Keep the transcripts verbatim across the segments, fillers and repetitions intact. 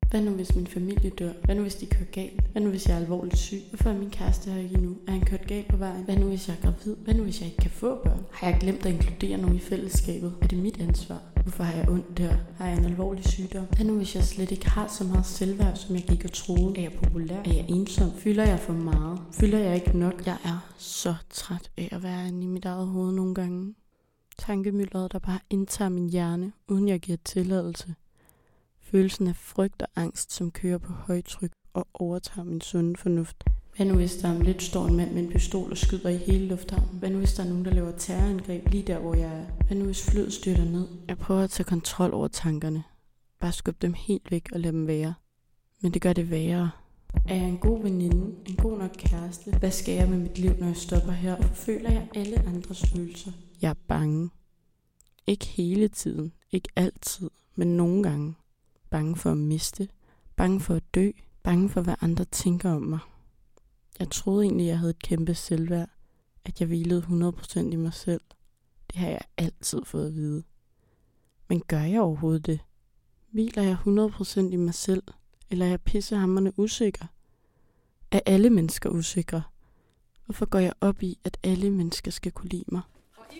Hvad nu hvis min familie dør? Hvad nu hvis de kører galt? Hvad nu hvis jeg er alvorligt syg? Hvorfor er min kæreste her ikke endnu? Er han kørt galt på vejen? Hvad nu hvis jeg er gravid? Hvad nu hvis jeg ikke kan få børn? Har jeg glemt at inkludere nogen i fællesskabet? Er det mit ansvar? Hvorfor har jeg ondt der? Har jeg en alvorlig sygdom? Hvad nu hvis jeg slet ikke har så meget selvværd, som jeg gik og troede? Er jeg populær? Er jeg ensom? Fylder jeg for meget? Fylder jeg ikke nok? Jeg er så træt af at være inde i mit eget hoved nogle gange. Tankemyldret, der bare indtager min hjerne, uden jeg giver tilladelse. Følelsen af frygt og angst, som kører på højtryk og overtager min sunde fornuft. Hvad nu hvis der om lidt står en mand med en pistol og skyder i hele lufthavnen? Hvad nu hvis der er nogen, der laver terrorangreb lige der, hvor jeg er? Hvad nu hvis flyet styrter ned? Jeg prøver at tage kontrol over tankerne. Bare skubbe dem helt væk og lade dem være. Men det gør det værre. Er jeg en god veninde? En god nok kæreste? Hvad skal jeg med mit liv, når jeg stopper her? Hvorfor føler jeg alle andres følelser? Jeg er bange. Ikke hele tiden. Ikke altid. Men nogle gange. Bange for at miste. Bange for at dø. Bange for, hvad andre tænker om mig. Jeg troede egentlig, jeg havde et kæmpe selvværd. At jeg hvilede hundrede procent i mig selv. Det har jeg altid fået at vide. Men gør jeg overhovedet det? Hviler jeg hundrede procent i mig selv? Eller er jeg pissehamrende usikker? Er alle mennesker usikre? Hvorfor går jeg op i, at alle mennesker skal kunne lide mig?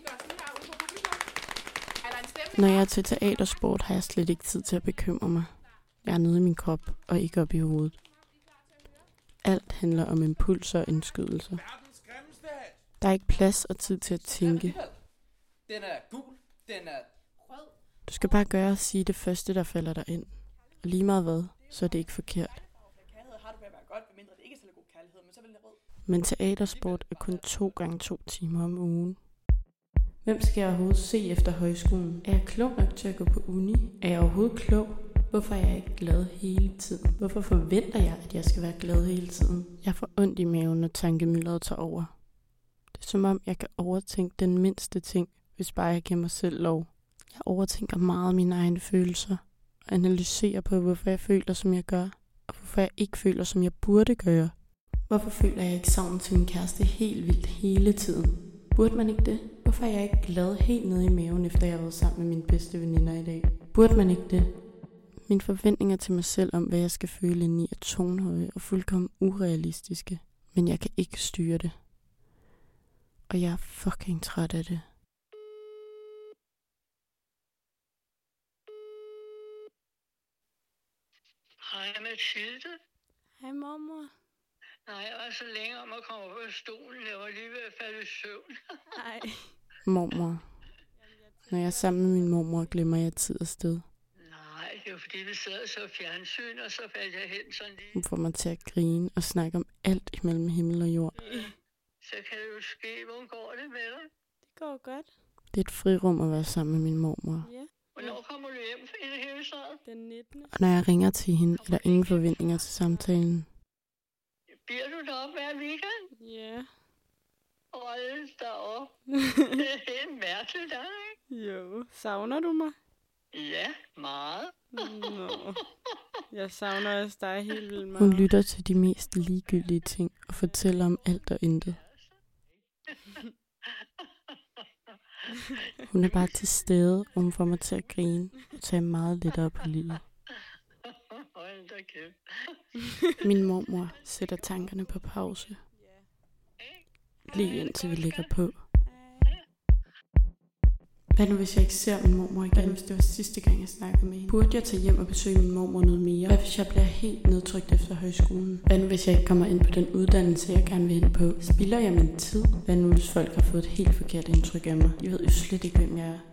Når jeg er til teatersport, har jeg slet ikke tid til at bekymre mig. Jeg er nede i min krop og ikke op i hovedet. Alt handler om impulser og indskydelser. Der er ikke plads og tid til at tænke. Den er gul, den er rød. Du skal bare gøre og sige det første, der falder dig ind. Og lige meget hvad, så er det ikke forkert. Men teatersport er kun to gange to timer om ugen. Hvem skal jeg overhovedet se efter højskolen? Er jeg klog nok til at gå på uni? Er jeg overhovedet klog? Hvorfor er jeg ikke glad hele tiden? Hvorfor forventer jeg, at jeg skal være glad hele tiden? Jeg får ondt i maven, når tankemyldret tager over. Det er som om, jeg kan overtænke den mindste ting, hvis bare jeg giver mig selv lov. Jeg overtænker meget mine egne følelser, og analyserer på, hvorfor jeg føler, som jeg gør, og hvorfor jeg ikke føler, som jeg burde gøre. Hvorfor føler jeg ikke savn til min kæreste helt vildt hele tiden? Burde man ikke det? Hvorfor er jeg ikke glad helt nede i maven, efter jeg har været sammen med mine bedste veninder i dag? Burde man ikke det? Mine forventninger til mig selv om, hvad jeg skal føle indeni, er tonhøje og fuldkommen urealistiske. Men jeg kan ikke styre det. Og jeg er fucking træt af det. Hej Mathilde. Hej mormor. Nej, jeg var så længe om at komme op på stolen. Jeg var lige ved at falde i søvn. Hej. Mormor. Når jeg er sammen med min mormor, glemmer jeg tid og sted. Nej, det var fordi vi sad og så fjernsyn, og så faldt jeg hen sådan lige. Hun får mig til at grine og snakke om alt imellem himmel og jord. Så kan det jo ske, hvordan går det med dig? Det går godt. Det er et frirum at være sammen med min mormor. Ja. Hvornår kommer du hjem i det hele taget? Den nittende Og når jeg ringer til hende, er der ingen forventninger til samtalen. Bliver du deroppe hver weekend? Ja. Hold da op. Det er helt mærkeligt, der, ikke? Jo. Savner du mig? Ja, meget. Nå. Jeg savner også dig helt vildt meget. Hun lytter til de mest ligegyldige ting og fortæller om alt og intet. Hun er bare til stede, og hun får mig til at grine og tage meget lettere på livet. Hold da kæft. Min mormor sætter tankerne på pause. Lige indtil vi ligger på. Hvad nu hvis jeg ikke ser min mormor igen? Hvad nu hvis det var sidste gang jeg snakkede med hende? Burde jeg tage hjem og besøge min mormor noget mere? Hvad hvis jeg bliver helt nedtrykt efter højskolen? Hvad nu hvis jeg ikke kommer ind på den uddannelse jeg gerne vil ind på? Spilder jeg min tid? Hvad nu hvis folk har fået et helt forkert indtryk af mig? De ved jo slet ikke hvem jeg er.